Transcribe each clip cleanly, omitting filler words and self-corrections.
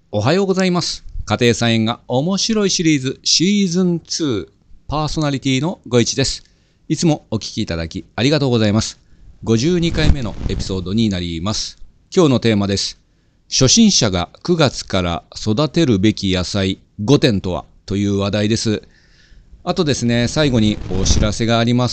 おはようございます。家庭菜園が面白いシリーズシーズン2パーソナリティのご一です。いつもお聞きいただきありがとうございます。52回目のエピソードになります。今日のテーマです。初心者が9月から育てるべき野菜5点とはという話題です。あとですね、最後にお知らせがあります。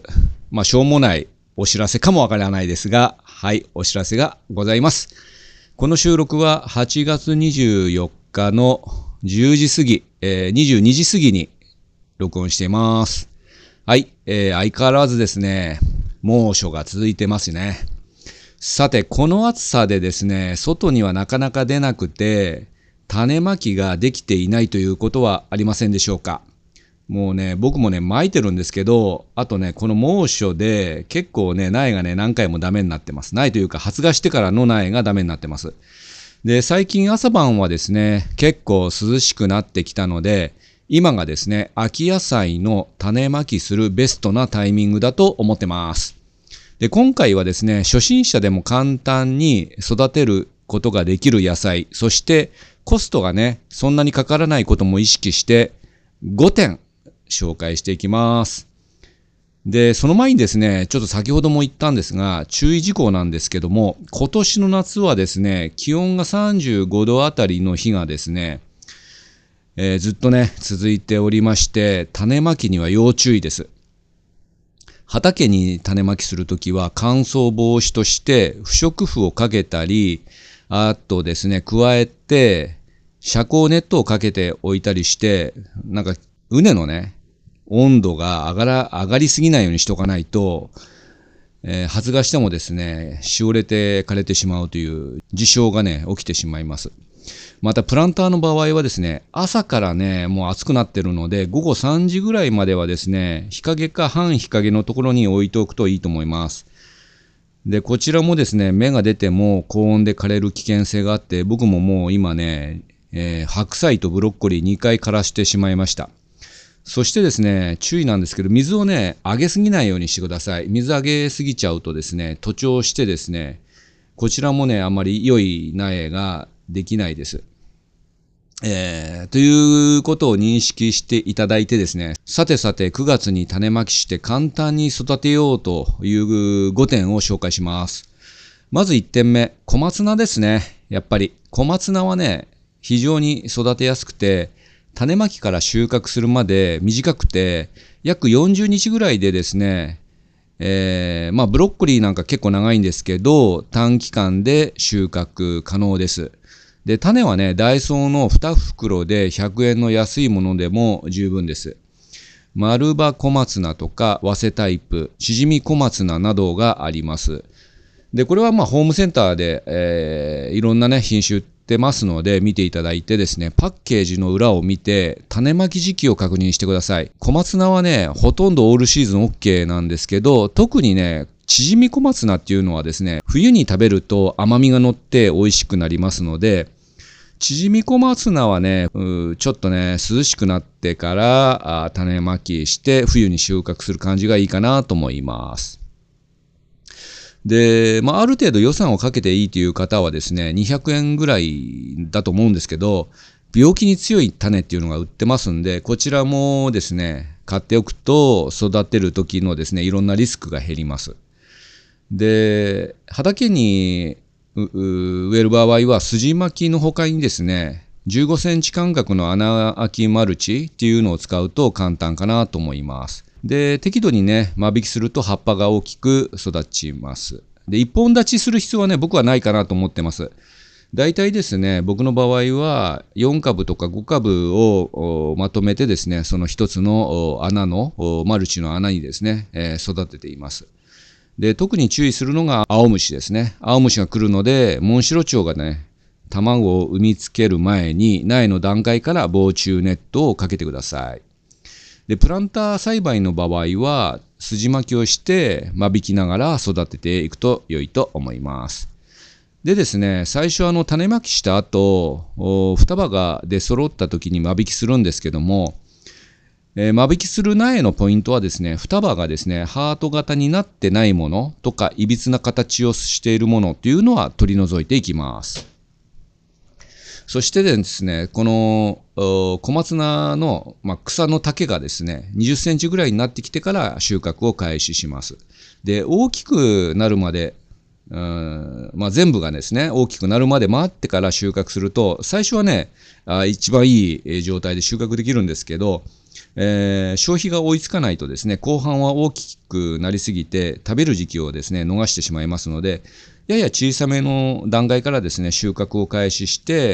しょうもないお知らせかもわからないですが、はい、お知らせがございます。この収録は8月24日の10時過ぎ、22時過ぎに録音しています。はい、相変わらずですね、猛暑が続いてますね。さて、この暑さでですね、外にはなかなか出なくて、種まきができていないということはありませんでしょうか。もうね、僕もね、撒いてるんですけど、あとね、この猛暑で結構ね、苗がね、何回もダメになってます。苗というか、発芽してからの苗がダメになってます。で、最近朝晩はですね、結構涼しくなってきたので、今がですね、秋野菜の種まきするベストなタイミングだと思ってます。で、今回はですね、初心者でも簡単に育てることができる野菜、そしてコストがね、そんなにかからないことも意識して5点紹介していきます。で、その前にですね、ちょっと先ほども言ったんですが、注意事項なんですけども、今年の夏はですね、気温が35度あたりの日がですね、ずっとね、続いておりまして、種まきには要注意です。畑に種まきするときは乾燥防止として不織布をかけたり、あとですね、加えて、遮光ネットをかけておいたりして、畝のね、温度が上がりすぎないようにしとかないと、発芽してもですね、しおれて枯れてしまうという事象がね、起きてしまいます。またプランターの場合はですね、朝からね、もう暑くなってるので、午後3時ぐらいまではですね、日陰か半日陰のところに置いておくといいと思います。で、こちらもですね、芽が出ても高温で枯れる危険性があって、僕ももう今ね、白菜とブロッコリー2回枯らしてしまいました。そしてですね、注意なんですけど、水をね、あげすぎないようにしてください。水あげすぎちゃうとですね、徒長してですね、こちらもね、あまり良い苗ができないです。ということを認識していただいてですね、さて9月に種まきして簡単に育てようという5点を紹介します。まず1点目、小松菜ですね。やっぱり小松菜はね、非常に育てやすくて、種まきから収穫するまで短くて、約40日ぐらいでですね、ブロッコリーなんか結構長いんですけど、短期間で収穫可能です。で、種はね、ダイソーの2袋で100円の安いものでも十分です。丸葉小松菜とか、早生タイプ、縮み小松菜などがあります。で、これはホームセンターで、いろんなね、品種売ってますので、見ていただいてですね、パッケージの裏を見て、種まき時期を確認してください。小松菜はね、ほとんどオールシーズン OK なんですけど、特にね、縮み小松菜っていうのはですね、冬に食べると甘みが乗って美味しくなりますので、縮み小松菜はね、ちょっとね、涼しくなってから種まきして冬に収穫する感じがいいかなと思います。で、ある程度予算をかけていいという方はですね、200円ぐらいだと思うんですけど、病気に強い種っていうのが売ってますんで、こちらもですね、買っておくと育てる時のですね、いろんなリスクが減ります。で、畑に植える場合は筋巻きの他にですね、15センチ間隔の穴あきマルチっていうのを使うと簡単かなと思います。で、適度にね、間引きすると葉っぱが大きく育ちます。で、一本立ちする必要はね、僕はないかなと思ってます。大体ですね、僕の場合は4株とか5株をまとめてですね、その一つの穴の、マルチの穴にですね、育てています。で、特に注意するのが青虫ですね。青虫が来るので、モンシロチョウがね、卵を産みつける前に苗の段階から防虫ネットをかけてください。で、プランター栽培の場合は、筋巻きをして間引きながら育てていくと良いと思います。でですね、最初種まきした後、双葉が出揃った時に間引きするんですけども、間引きする苗のポイントはですね、双葉がですね、ハート型になってないものとか、いびつな形をしているものというのは取り除いていきます。 そしてですね、この小松菜の、草の丈がですね、20センチぐらいになってきてから収穫を開始します。で、大きくなるまで、全部がですね、大きくなるまで待ってから収穫すると、最初はね、一番いい状態で収穫できるんですけど、消費が追いつかないとですね、後半は大きくなりすぎて、食べる時期をですね、逃してしまいますので、やや小さめの段階からですね、収穫を開始して、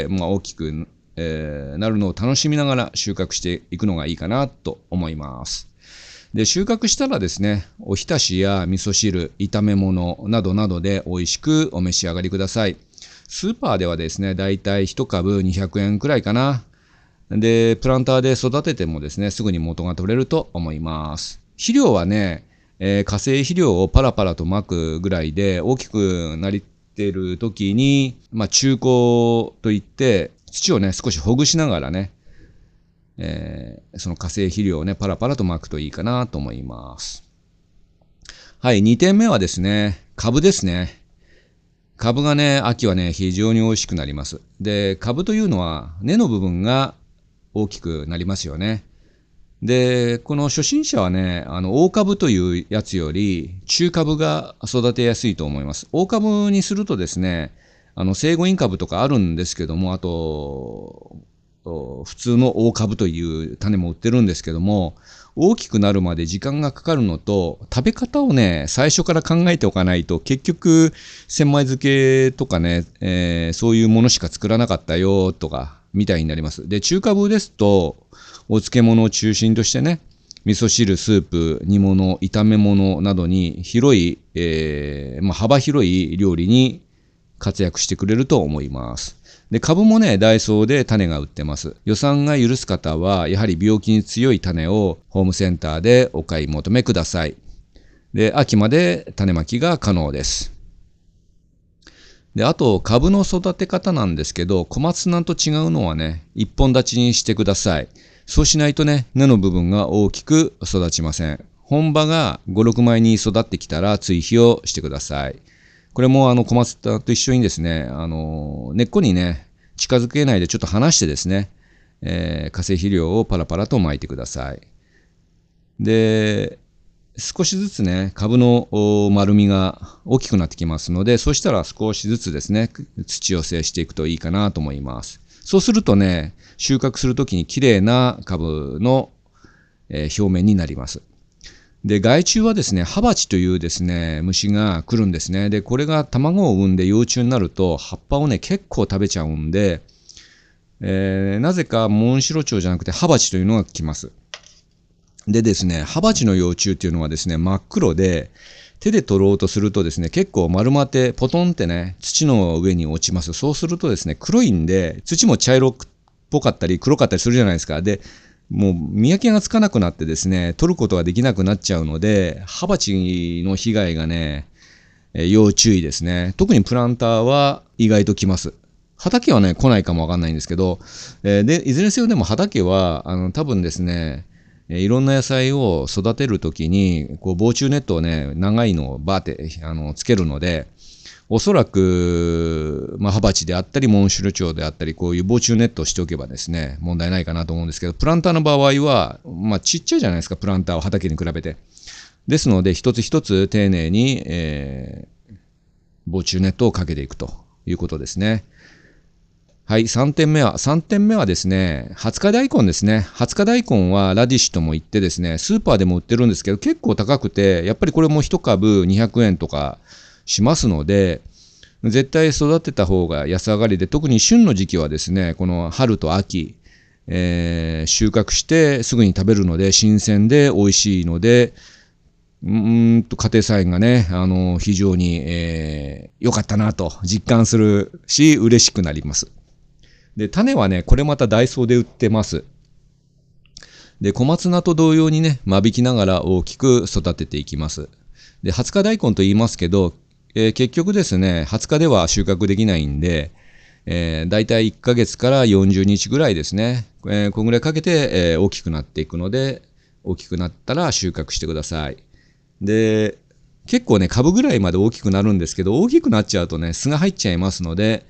大きく、なるのを楽しみながら収穫していくのがいいかなと思います。で、収穫したらですね、おひたしや味噌汁、炒め物などなどで美味しくお召し上がりください。スーパーではですね、だいたい1株200円くらいかな。で、プランターで育ててもですね、すぐに元が取れると思います。肥料はね、化成肥料をパラパラとまくぐらいで、大きくなっている時に、中耕といって、土をね、少しほぐしながらね、その化成肥料をね、パラパラとまくといいかなと思います。はい、2点目はですね、株ですね。株がね、秋はね、非常に美味しくなります。で、株というのは根の部分が大きくなりますよね。で、この初心者はね、大株というやつより中株が育てやすいと思います。大株にするとですね、生後イン株とかあるんですけども、あと、普通の大株という種も売ってるんですけども、大きくなるまで時間がかかるのと、食べ方をね、最初から考えておかないと、結局、千枚漬けとかね、そういうものしか作らなかったよとか、みたいになります。で、中華風ですと、お漬物を中心としてね、味噌汁、スープ、煮物、炒め物などに広い、幅広い料理に活躍してくれると思います。で、株もね、ダイソーで種が売ってます。予算が許す方は、やはり病気に強い種をホームセンターでお買い求めください。で、秋まで種まきが可能です。で、あと、株の育て方なんですけど、小松菜と違うのはね、一本立ちにしてください。そうしないとね、根の部分が大きく育ちません。本葉が5、6枚に育ってきたら追肥をしてください。これも小松菜と一緒にですね、根っこにね、近づけないでちょっと離してですね、化成肥料をパラパラと撒いてください。で、少しずつね、株の丸みが大きくなってきますので、そうしたら少しずつですね、土を制していくといいかなと思います。そうするとね、収穫するときに綺麗な株の、表面になります。で、害虫はですね、ハバチというですね、虫が来るんですね。で、これが卵を産んで幼虫になると、葉っぱをね、結構食べちゃうんで、なぜかモンシロチョウじゃなくてハバチというのが来ます。でですね、ハバチの幼虫っていうのはですね、真っ黒で、手で取ろうとするとですね、結構丸まって、ポトンってね、土の上に落ちます。そうするとですね、黒いんで、土も茶色っぽかったり、黒かったりするじゃないですか。で、もう見分けがつかなくなってですね、取ることができなくなっちゃうので、ハバチの被害がね、要注意ですね。特にプランターは意外と来ます。畑はね、来ないかもわかんないんですけど、で、いずれにせよでも畑は、多分ですね、いろんな野菜を育てるときに、こう防虫ネットをね、長いのをバーってつけるので、おそらく、ハバチであったり、モンシロチョウであったり、こういう防虫ネットをしておけばですね、問題ないかなと思うんですけど、プランターの場合は、ちっちゃいじゃないですか、プランターは畑に比べて。ですので、一つ一つ丁寧に、防虫ネットをかけていくということですね。はい、3点目はですね、20日大根ですね。20日大根はラディッシュとも言ってですね、スーパーでも売ってるんですけど、結構高くて、やっぱりこれも1株200円とかしますので、絶対育てた方が安上がりで、特に旬の時期はですね、この春と秋、収穫してすぐに食べるので、新鮮で美味しいので、家庭菜園がね、非常に、良かったなと実感するし、嬉しくなります。で、種はね、これまたダイソーで売ってます。で、小松菜と同様にね、間引きながら大きく育てていきます。で、20日大根と言いますけど、結局ですね、20日では収穫できないんで、だいたい1ヶ月から40日ぐらいですね。こんぐらいかけて、大きくなっていくので、大きくなったら収穫してください。で、結構ね、株ぐらいまで大きくなるんですけど、大きくなっちゃうとね、巣が入っちゃいますので、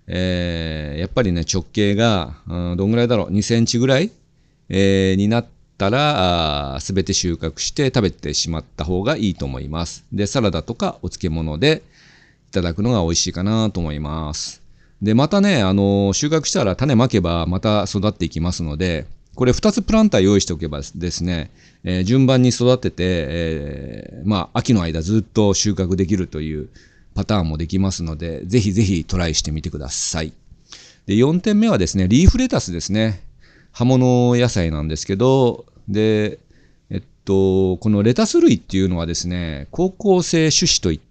やっぱりね、直径が、どんぐらいだろう、2センチぐらい、になったら、すべて収穫して食べてしまった方がいいと思います。で、サラダとかお漬物でいただくのが美味しいかなと思います。で、またね、収穫したら種まけばまた育っていきますので、これ2つプランター用意しておけばですね、順番に育てて、秋の間ずっと収穫できるというパターンもできますので、ぜひぜひトライしてみてください。で、4点目はですね、リーフレタスですね。葉物野菜なんですけど、で、このレタス類っていうのはですね、好光性種子といって、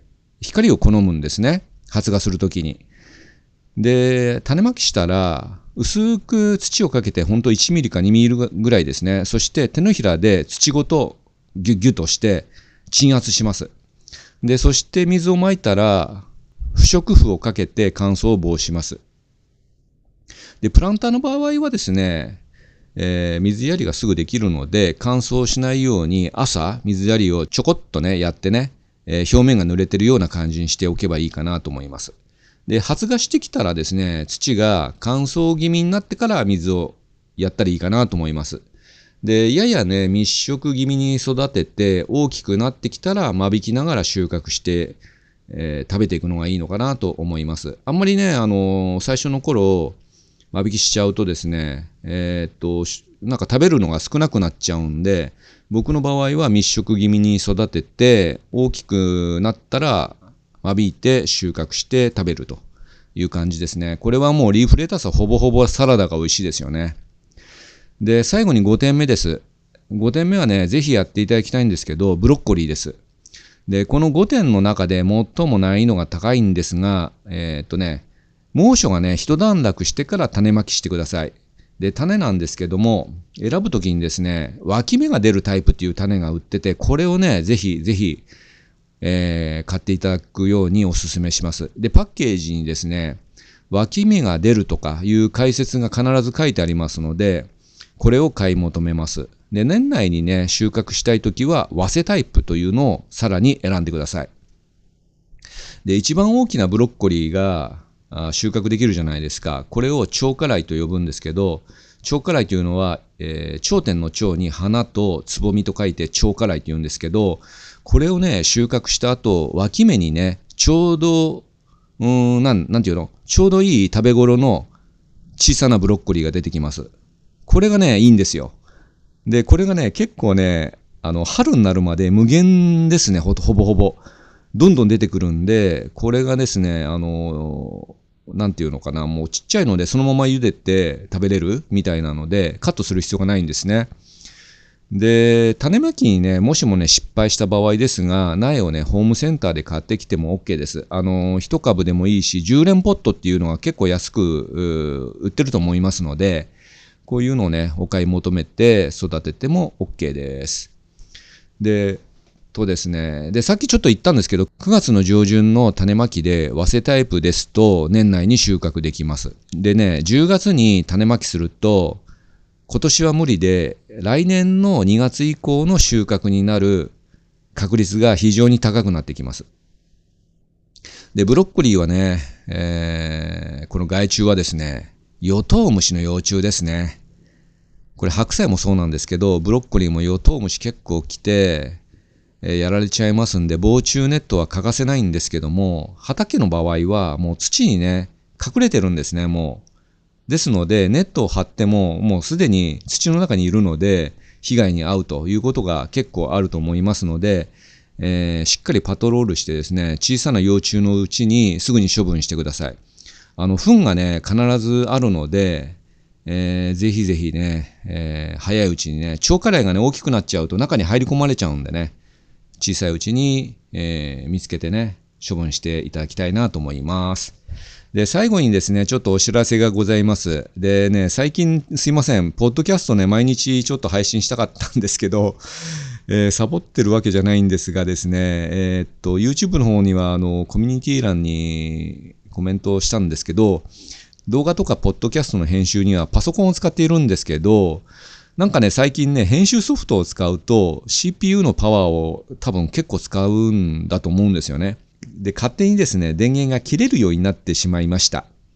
光を好むんですね。発芽するときに。で、種まきしたら、薄く土をかけて、ほんと1ミリか2ミリぐらいですね。そして手のひらで土ごとギュッギュッとして鎮圧します。で、そして水をまいたら、不織布をかけて乾燥を防止します。で、プランターの場合はですね、水やりがすぐできるので、乾燥しないように朝、水やりをちょこっとね、やってね、表面が濡れてるような感じにしておけばいいかなと思います。で、発芽してきたらですね、土が乾燥気味になってから水をやったらいいかなと思います。で、ややね、密植気味に育てて大きくなってきたら間引きながら収穫して、食べていくのがいいのかなと思います。あんまりね、最初の頃、間引きしちゃうとですね、なんか食べるのが少なくなっちゃうんで、僕の場合は密植気味に育てて、大きくなったら間引いて収穫して食べるという感じですね。これはもうリーフレタスはほぼほぼサラダが美味しいですよね。で、最後に5点目です。5点目はね、ぜひやっていただきたいんですけど、ブロッコリーです。で、この5点の中で最も難易度が高いんですが、猛暑がね、一段落してから種まきしてください。で、種なんですけども、選ぶときにですね、脇芽が出るタイプっていう種が売ってて、これをね、ぜひぜひ、買っていただくようにお勧めします。で、パッケージにですね、脇芽が出るとかいう解説が必ず書いてありますので、これを買い求めます。で、年内にね、収穫したいときは、早生タイプというのをさらに選んでください。で、一番大きなブロッコリーが、収穫できるじゃないですか。これを蝶花蕾と呼ぶんですけど、蝶花蕾というのは、頂点の蝶に花とつぼみと書いて蝶花蕾と言うんですけど、これをね、収穫した後、脇芽にね、ちょうど、なんていうの、ちょうどいい食べ頃の小さなブロッコリーが出てきます。これがね、いいんですよ。で、これがね、結構ね、春になるまで無限ですね、ほぼほぼ。どんどん出てくるんで、これがですね、なんていうのかな、もうちっちゃいのでそのまま茹でて食べれるみたいなので、カットする必要がないんですね。で、種まきにね、もしもね、失敗した場合ですが、苗をね、ホームセンターで買ってきても OK です。一株でもいいし、10連ポットっていうのが結構安く売ってると思いますので、こういうのをね、お買い求めて育てても OK です。で、ですね。で、さっきちょっと言ったんですけど、9月の上旬の種まきで、早生タイプですと、年内に収穫できます。でね、10月に種まきすると、今年は無理で、来年の2月以降の収穫になる確率が非常に高くなってきます。で、ブロッコリーはね、この害虫はですね、ヨトウムシの幼虫ですね。これ白菜もそうなんですけど、ブロッコリーもヨトウムシ結構来て、やられちゃいますんで、防虫ネットは欠かせないんですけども、畑の場合はもう土にね、隠れてるんですね、もう。ですので、ネットを張っても、もうすでに土の中にいるので、被害に遭うということが結構あると思いますので、しっかりパトロールしてですね、小さな幼虫のうちにすぐに処分してください。糞がね、必ずあるので、ぜひぜひね、早いうちにね、蝶花蕾がね、大きくなっちゃうと中に入り込まれちゃうんでね、小さいうちに、見つけてね、処分していただきたいなと思います。で、最後にですね、ちょっとお知らせがございます。でね、最近すいません、ポッドキャストね、毎日ちょっと配信したかったんですけど、サボってるわけじゃないんですがですね、YouTube の方には、コミュニティ欄にコメントをしたんですけど、動画とかポッドキャストの編集にはパソコンを使っているんですけど、なんかね、最近ね、編集ソフトを使うと CPU のパワーを多分結構使うんだと思うんですよね。で、勝手にですね、電源が切れるようになってしまいました。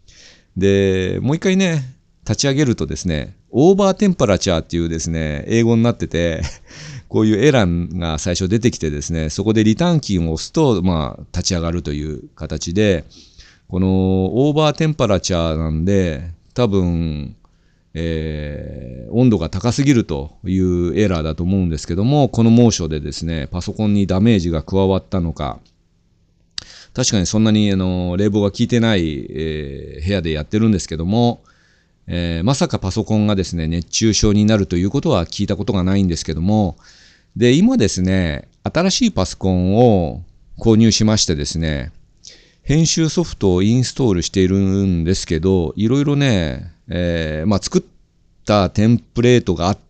で、もう一回ね、立ち上げるとですね、オーバーテンパラチャーっていうですね、英語になってて、こういうエラーが最初出てきてですね、そこでリターンキーを押すと、立ち上がるという形で、このオーバーテンパラチャーなんで、多分、温度が高すぎるというエラーだと思うんですけども、この猛暑でですね、パソコンにダメージが加わったのか、確かにそんなに冷房が効いてない、部屋でやってるんですけども、まさかパソコンがですね、熱中症になるということは聞いたことがないんですけども、で、今ですね、新しいパソコンを購入しましてですね、編集ソフトをインストールしているんですけど、いろいろね、作ったテンプレートがあって、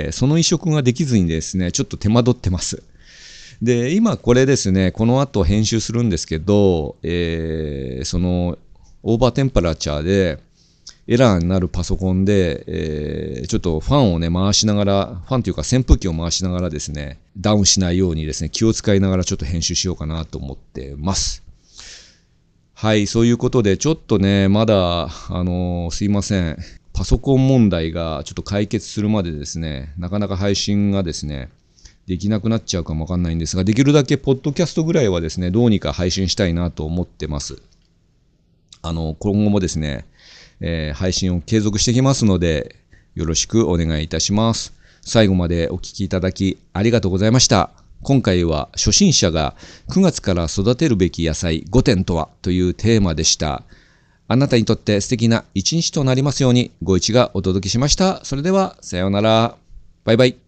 その移植ができずにですね、ちょっと手間取ってます。で、今これですね、この後編集するんですけど、そのオーバーテンパラチャーでエラーになるパソコンで、ちょっとファンをね、回しながら、ファンというか扇風機を回しながらですね、ダウンしないようにですね、気を使いながらちょっと編集しようかなと思ってます。はい、そういうことで、ちょっとね、まだ、すいません。パソコン問題がちょっと解決するまでですね、なかなか配信がですね、できなくなっちゃうかもわかんないんですが、できるだけポッドキャストぐらいはですね、どうにか配信したいなと思ってます。今後もですね、配信を継続していきますので、よろしくお願いいたします。最後までお聞きいただきありがとうございました。今回は初心者が9月から育てるべき野菜5点とはというテーマでした。あなたにとって素敵な一日となりますように、ご一がお届けしました。それでは、さようなら。バイバイ。